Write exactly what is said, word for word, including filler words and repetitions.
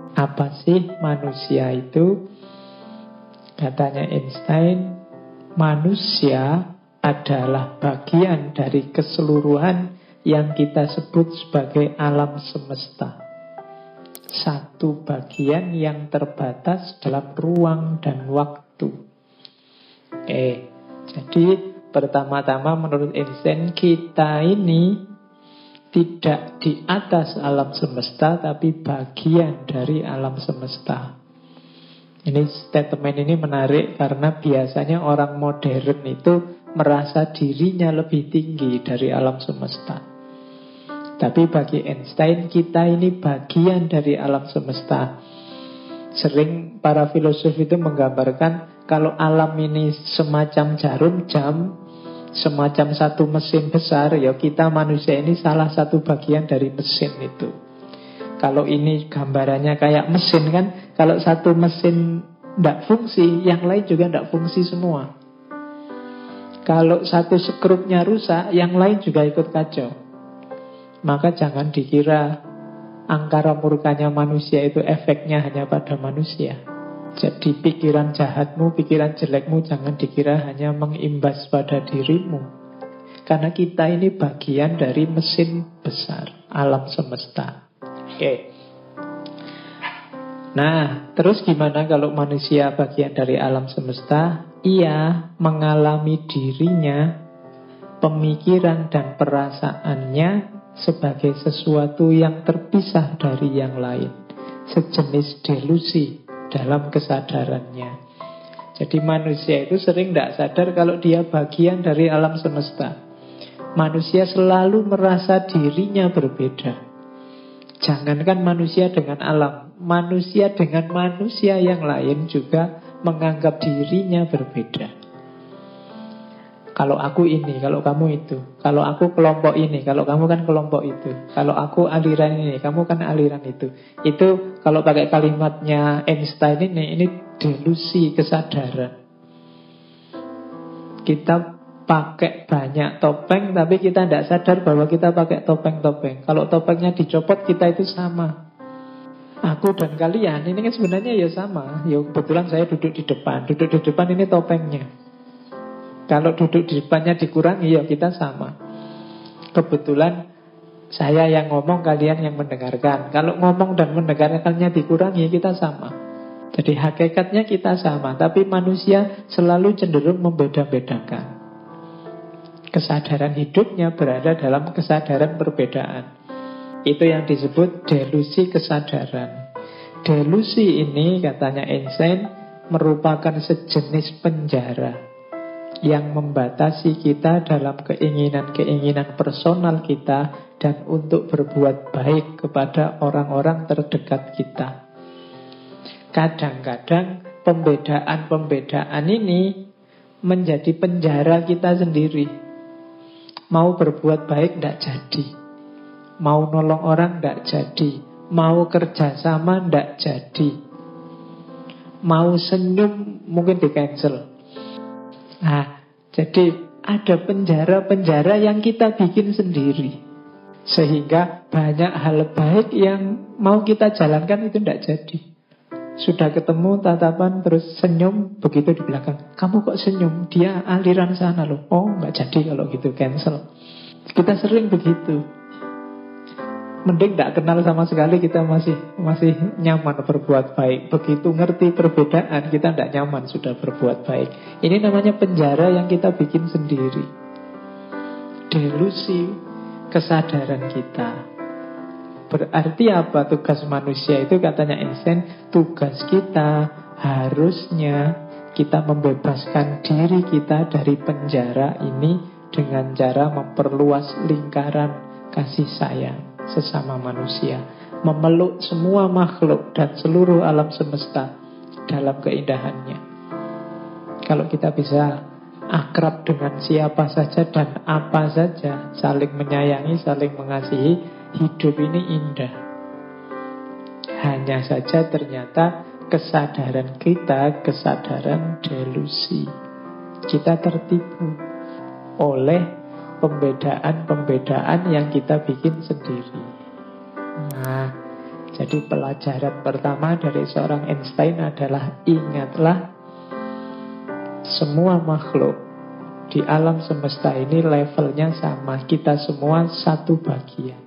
Apa sih manusia itu? Katanya Einstein, manusia adalah bagian dari keseluruhan yang kita sebut sebagai alam semesta. Satu bagian yang terbatas dalam ruang dan waktu. Oke, jadi pertama-tama menurut Einstein, kita ini tidak di atas alam semesta, tapi bagian dari alam semesta. Ini statement ini menarik karena biasanya orang modern itu merasa dirinya lebih tinggi dari alam semesta. Tapi bagi Einstein, kita ini bagian dari alam semesta. Sering para filosof itu menggambarkan kalau alam ini semacam jarum jam, semacam satu mesin besar, ya kita manusia ini salah satu bagian dari mesin itu. Kalau ini gambarannya kayak mesin kan, kalau satu mesin tidak fungsi, yang lain juga tidak fungsi semua. Kalau satu skrupnya rusak, yang lain juga ikut kacau. Maka jangan dikira angkara murkanya manusia itu efeknya hanya pada manusia. Jadi pikiran jahatmu, pikiran jelekmu jangan dikira hanya mengimbas pada dirimu. Karena kita ini bagian dari mesin besar, alam semesta. Oke. Nah, terus gimana kalau manusia bagian dari alam semesta? Ia mengalami dirinya, pemikiran dan perasaannya sebagai sesuatu yang terpisah dari yang lain. Sejenis delusi dalam kesadarannya. Jadi manusia itu sering tidak sadar kalau dia bagian dari alam semesta. Manusia selalu merasa dirinya berbeda. Jangankan manusia dengan alam, manusia dengan manusia yang lain juga menganggap dirinya berbeda. Kalau aku ini, kalau kamu itu. Kalau aku kelompok ini, kalau kamu kan kelompok itu. Kalau aku aliran ini, kamu kan aliran itu. Itu kalau pakai kalimatnya Einstein ini, ini delusi kesadaran. Kita pakai banyak topeng, tapi kita tidak sadar bahwa kita pakai topeng-topeng. Kalau topengnya dicopot, kita itu sama. Aku dan kalian, ini kan sebenarnya ya sama. Ya kebetulan saya duduk di depan. Duduk di depan ini topengnya. Kalau duduk di depannya dikurangi, ya kita sama. Kebetulan saya yang ngomong, kalian yang mendengarkan. Kalau ngomong dan mendengarkannya dikurangi, kita sama. Jadi hakikatnya kita sama, tapi manusia selalu cenderung membeda-bedakan. Kesadaran hidupnya berada dalam kesadaran perbedaan. Itu yang disebut delusi kesadaran. Delusi ini, katanya Einstein, merupakan sejenis penjara yang membatasi kita dalam keinginan-keinginan personal kita dan untuk berbuat baik kepada orang-orang terdekat kita. Kadang-kadang pembedaan-pembedaan ini menjadi penjara kita sendiri. Mau berbuat baik tidak jadi, mau nolong orang tidak jadi, mau kerjasama tidak jadi, mau senyum mungkin di cancel. Nah, jadi ada penjara-penjara yang kita bikin sendiri. Sehingga banyak hal baik yang mau kita jalankan itu tidak jadi. Sudah ketemu tatapan terus senyum, begitu di belakang, kamu kok senyum? Dia aliran sana loh. Oh nggak jadi kalau gitu, cancel. Kita sering begitu. Mending tidak kenal sama sekali, kita masih masih nyaman berbuat baik. Begitu ngerti perbedaan, kita tidak nyaman sudah berbuat baik. Ini namanya penjara yang kita bikin sendiri. Delusi kesadaran kita. Berarti apa tugas manusia itu? Katanya Einstein, tugas kita harusnya kita membebaskan diri kita dari penjara ini dengan cara memperluas lingkaran kasih sayang sesama manusia, memeluk semua makhluk dan seluruh alam semesta dalam keindahannya. Kalau kita bisa akrab dengan siapa saja dan apa saja, saling menyayangi, saling mengasihi, hidup ini indah. Hanya saja ternyata kesadaran kita, kesadaran delusi. Kita tertipu oleh pembedaan-pembedaan yang kita bikin sendiri. Nah, Jadi pelajaran pertama dari seorang Einstein adalah ingatlah, semua makhluk di alam semesta ini levelnya sama. Kita semua satu bagian.